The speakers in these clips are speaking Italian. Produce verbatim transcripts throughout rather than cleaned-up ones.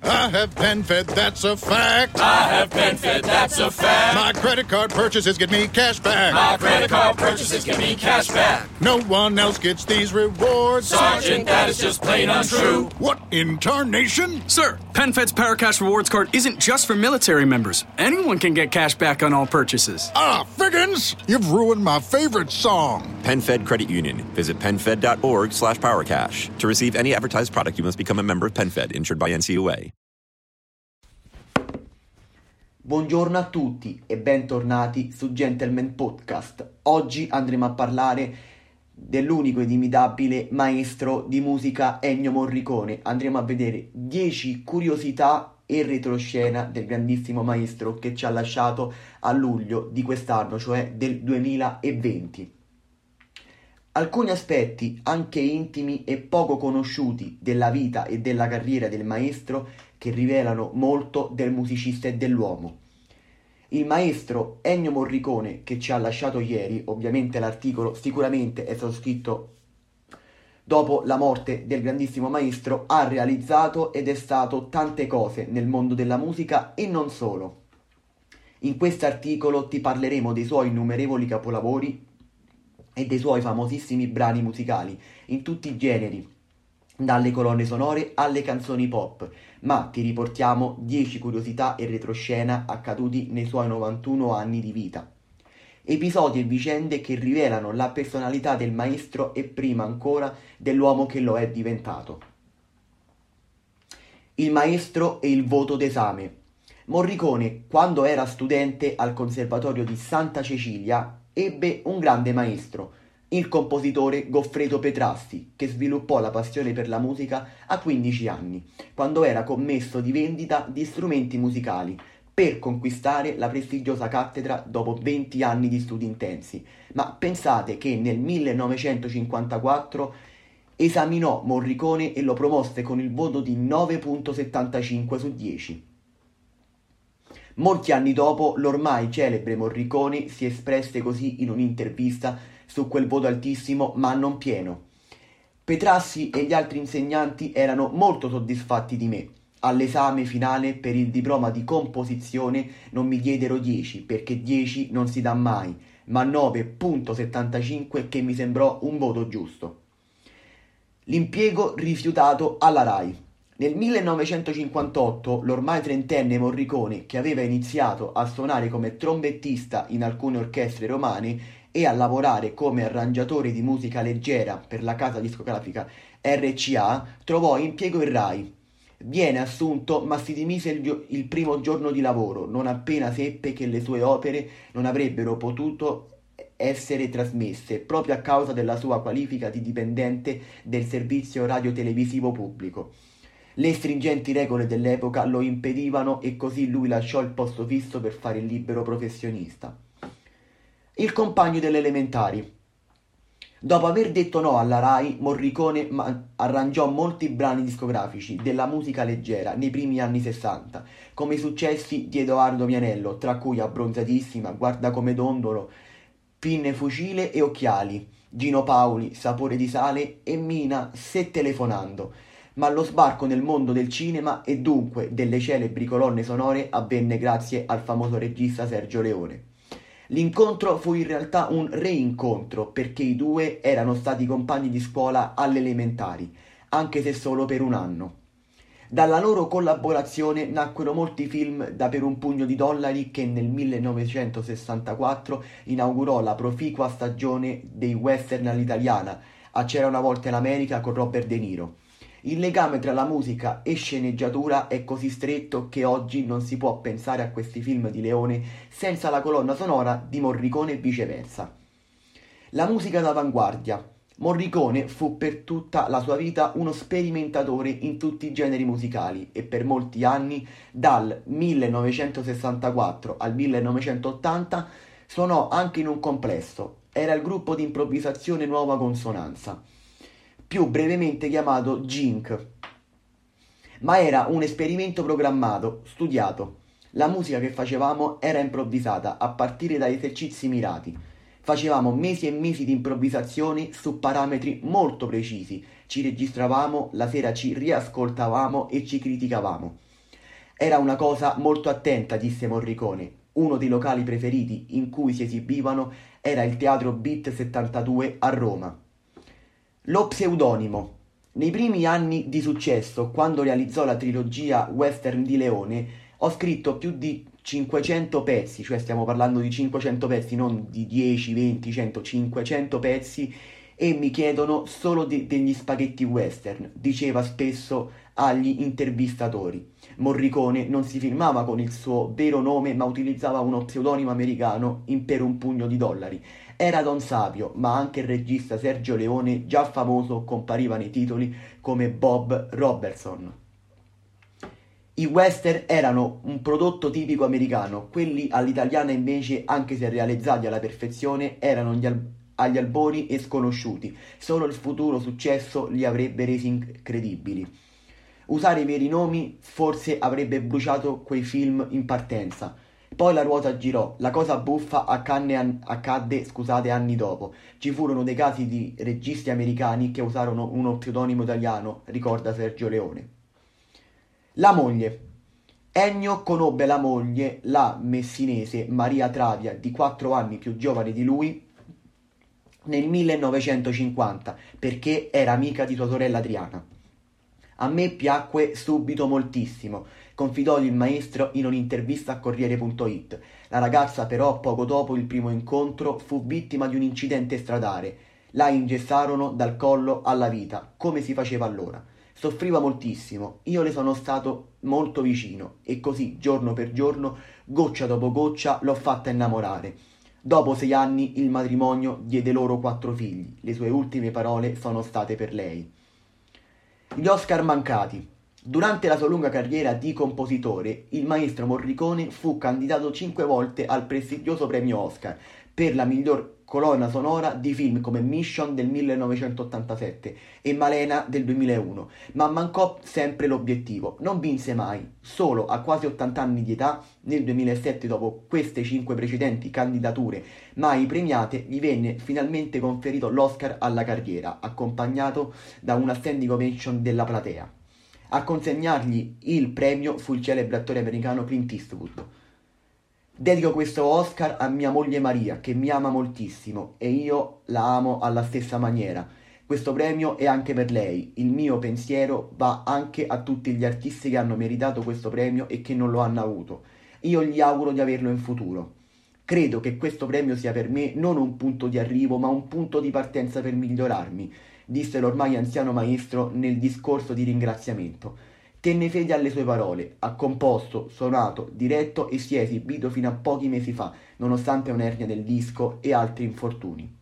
I have PenFed, that's a fact. I have PenFed, that's a fact. My credit card purchases get me cash back. My credit card purchases get me cash back. No one else gets these rewards. Sergeant, that is just plain untrue. What in tarnation? Sir, PenFed's Paracash Rewards Card isn't just for military members. Anyone can get cash back on all purchases. Ah, Figgins, you've ruined my favorite song. PenFed Credit Union. Visit PenFed.org slash PowerCash. To receive any advertised product, you must become a member of PenFed, insured by N C U A. Buongiorno a tutti e bentornati su Gentleman Podcast. Oggi andremo a parlare dell'unico ed imitabile maestro di musica Ennio Morricone. Andremo a vedere dieci curiosità e retroscena del grandissimo maestro che ci ha lasciato a luglio di quest'anno, cioè del duemilaventi. Alcuni aspetti, anche intimi e poco conosciuti, della vita e della carriera del maestro che rivelano molto del musicista e dell'uomo. Il maestro Ennio Morricone, che ci ha lasciato ieri, ovviamente l'articolo sicuramente è stato scritto dopo la morte del grandissimo maestro, ha realizzato ed è stato tante cose nel mondo della musica e non solo. In questo articolo ti parleremo dei suoi innumerevoli capolavori e dei suoi famosissimi brani musicali, in tutti i generi, dalle colonne sonore alle canzoni pop, ma ti riportiamo dieci curiosità e retroscena accaduti nei suoi novantuno anni di vita. Episodi e vicende che rivelano la personalità del maestro e prima ancora dell'uomo che lo è diventato. Il maestro e il voto d'esame. Morricone, quando era studente al Conservatorio di Santa Cecilia, ebbe un grande maestro, il compositore Goffredo Petrassi, che sviluppò la passione per la musica a quindici anni, quando era commesso di vendita di strumenti musicali, per conquistare la prestigiosa cattedra dopo venti anni di studi intensi. Ma pensate che nel millenovecentocinquantaquattro esaminò Morricone e lo promosse con il voto di nove virgola settantacinque su dieci. Molti anni dopo, l'ormai celebre Morricone si espresse così in un'intervista su quel voto altissimo ma non pieno. Petrassi e gli altri insegnanti erano molto soddisfatti di me. All'esame finale per il diploma di composizione non mi diedero dieci, perché dieci non si dà mai, ma nove virgola settantacinque che mi sembrò un voto giusto. L'impiego rifiutato alla RAI. Nel millenovecentocinquantotto l'ormai trentenne Morricone, che aveva iniziato a suonare come trombettista in alcune orchestre romane e a lavorare come arrangiatore di musica leggera per la casa discografica R C A, trovò impiego in RAI. Viene assunto, ma si dimise il, gio- il primo giorno di lavoro, non appena seppe che le sue opere non avrebbero potuto essere trasmesse proprio a causa della sua qualifica di dipendente del servizio radiotelevisivo pubblico. Le stringenti regole dell'epoca lo impedivano e così lui lasciò il posto fisso per fare il libero professionista. Il compagno delle elementari. Dopo aver detto no alla RAI, Morricone ma- arrangiò molti brani discografici della musica leggera nei primi anni sessanta, come i successi di Edoardo Mianello, tra cui Abbronzatissima, Guarda come dondolo, Pinne fucile e occhiali, Gino Paoli, Sapore di sale e Mina, Se telefonando. Ma lo sbarco nel mondo del cinema e dunque delle celebri colonne sonore avvenne grazie al famoso regista Sergio Leone. L'incontro fu in realtà un reincontro, perché i due erano stati compagni di scuola alle elementari, anche se solo per un anno. Dalla loro collaborazione nacquero molti film da Per un pugno di dollari, che nel millenovecentosessantaquattro inaugurò la proficua stagione dei western all'italiana, a C'era una volta in America con Robert De Niro. Il legame tra la musica e sceneggiatura è così stretto che oggi non si può pensare a questi film di Leone senza la colonna sonora di Morricone e viceversa. La musica d'avanguardia. Morricone fu per tutta la sua vita uno sperimentatore in tutti i generi musicali e per molti anni, dal millenovecentosessantaquattro al millenovecentottanta, suonò anche in un complesso. Era il gruppo di improvvisazione Nuova Consonanza, più brevemente chiamato G I N C, ma era un esperimento programmato, studiato. La musica che facevamo era improvvisata a partire da esercizi mirati. Facevamo mesi e mesi di improvvisazioni su parametri molto precisi, ci registravamo, la sera ci riascoltavamo e ci criticavamo. Era una cosa molto attenta, disse Morricone. Uno dei locali preferiti in cui si esibivano era il Teatro Beat settantadue a Roma. Lo pseudonimo. Nei primi anni di successo, quando realizzò la trilogia western di Leone, ho scritto più di cinquecento pezzi, cioè stiamo parlando di cinquecento pezzi, non di dieci, venti, cento, cinquecento pezzi, e mi chiedono solo de- degli spaghetti western, diceva spesso agli intervistatori. Morricone non si firmava con il suo vero nome, ma utilizzava uno pseudonimo americano in Per un pugno di dollari. Era Don Sapio, ma anche il regista Sergio Leone, già famoso, compariva nei titoli come Bob Robertson. I western erano un prodotto tipico americano, quelli all'italiana invece, anche se realizzati alla perfezione, erano gli al- agli albori e sconosciuti. Solo il futuro successo li avrebbe resi incredibili. Usare i veri nomi forse avrebbe bruciato quei film in partenza. Poi la ruota girò, la cosa buffa accadde, accadde scusate, anni dopo. Ci furono dei casi di registi americani che usarono uno pseudonimo italiano, ricorda Sergio Leone. La moglie. Ennio conobbe la moglie, la messinese Maria Travia, di quattro anni più giovane di lui, nel millenovecentocinquanta, perché era amica di sua sorella Adriana. A me piacque subito moltissimo, confidò il maestro in un'intervista a Corriere punto it. La ragazza però, poco dopo il primo incontro, fu vittima di un incidente stradale. La ingessarono dal collo alla vita, come si faceva allora. Soffriva moltissimo, io le sono stato molto vicino e così, giorno per giorno, goccia dopo goccia, l'ho fatta innamorare. Dopo sei anni il matrimonio diede loro quattro figli. Le sue ultime parole sono state per lei. Gli Oscar mancati. Durante la sua lunga carriera di compositore, il maestro Morricone fu candidato cinque volte al prestigioso premio Oscar per la miglior colonna sonora di film come Mission del millenovecentottantasette e Malena del duemilauno, ma mancò sempre l'obiettivo. Non vinse mai. Solo a quasi ottanta anni di età, nel duemilasette, dopo queste cinque precedenti candidature mai premiate, gli venne finalmente conferito l'Oscar alla carriera, accompagnato da una standing ovation della platea. A consegnargli il premio fu il celebre attore americano Clint Eastwood. Dedico questo Oscar a mia moglie Maria, che mi ama moltissimo e io la amo alla stessa maniera. Questo premio è anche per lei. Il mio pensiero va anche a tutti gli artisti che hanno meritato questo premio e che non lo hanno avuto. Io gli auguro di averlo in futuro. Credo che questo premio sia per me non un punto di arrivo, ma un punto di partenza per migliorarmi, disse l'ormai anziano maestro nel discorso di ringraziamento. Tenne fede alle sue parole, ha composto, suonato, diretto e si è esibito fino a pochi mesi fa, nonostante un'ernia del disco e altri infortuni.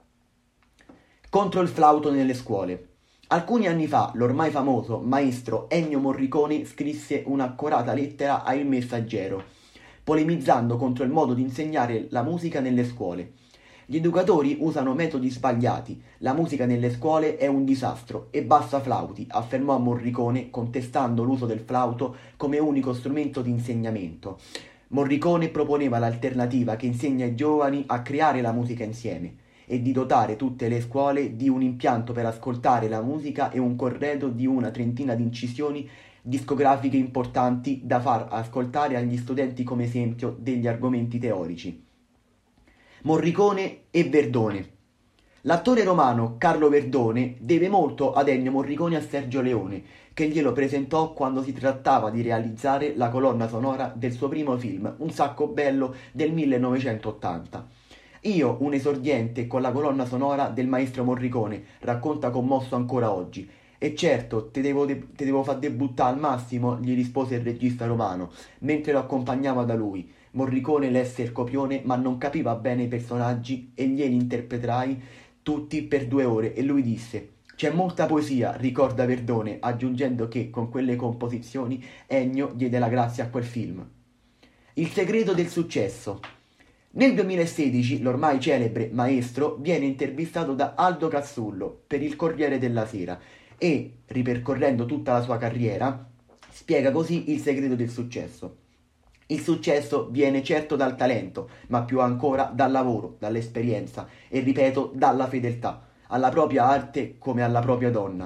Contro il flauto nelle scuole. Alcuni anni fa l'ormai famoso maestro Ennio Morricone scrisse un'accorata lettera a Il Messaggero, polemizzando contro il modo di insegnare la musica nelle scuole. Gli educatori usano metodi sbagliati, la musica nelle scuole è un disastro e basta flauti, affermò Morricone contestando l'uso del flauto come unico strumento di insegnamento. Morricone proponeva l'alternativa che insegna ai giovani a creare la musica insieme e di dotare tutte le scuole di un impianto per ascoltare la musica e un corredo di una trentina di incisioni discografiche importanti da far ascoltare agli studenti come esempio degli argomenti teorici. Morricone e Verdone. L'attore romano Carlo Verdone deve molto ad Ennio Morricone e a Sergio Leone, che glielo presentò quando si trattava di realizzare la colonna sonora del suo primo film, Un sacco bello del millenovecentottanta. Io, un esordiente con la colonna sonora del maestro Morricone, racconta commosso ancora oggi. E certo, te devo, de- te devo far debuttare al massimo, gli rispose il regista romano, mentre lo accompagnava da lui. Morricone lesse il copione ma non capiva bene i personaggi e glieli interpretai tutti per due ore e lui disse: c'è molta poesia, ricorda Verdone, aggiungendo che con quelle composizioni Ennio diede la grazia a quel film. Il segreto del successo. Nel duemilasedici l'ormai celebre maestro viene intervistato da Aldo Cazzullo per il Corriere della Sera e, ripercorrendo tutta la sua carriera, spiega così il segreto del successo. Il successo viene certo dal talento, ma più ancora dal lavoro, dall'esperienza e, ripeto, dalla fedeltà, alla propria arte come alla propria donna.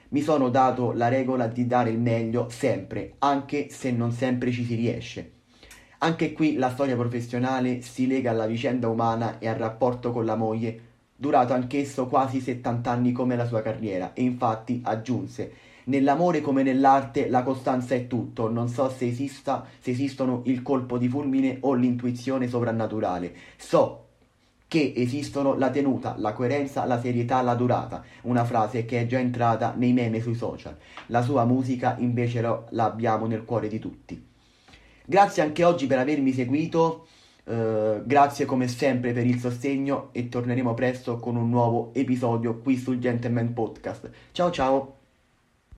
Mi sono dato la regola di dare il meglio sempre, anche se non sempre ci si riesce. Anche qui la storia professionale si lega alla vicenda umana e al rapporto con la moglie, durato anch'esso quasi settanta anni come la sua carriera, e infatti aggiunse: nell'amore come nell'arte la costanza è tutto, non so se esista, se esistono il colpo di fulmine o l'intuizione sovrannaturale. So che esistono la tenuta, la coerenza, la serietà, la durata, una frase che è già entrata nei meme sui social. La sua musica invece lo, l'abbiamo nel cuore di tutti. Grazie anche oggi per avermi seguito, uh, grazie come sempre per il sostegno e torneremo presto con un nuovo episodio qui sul Gentleman Podcast. Ciao ciao!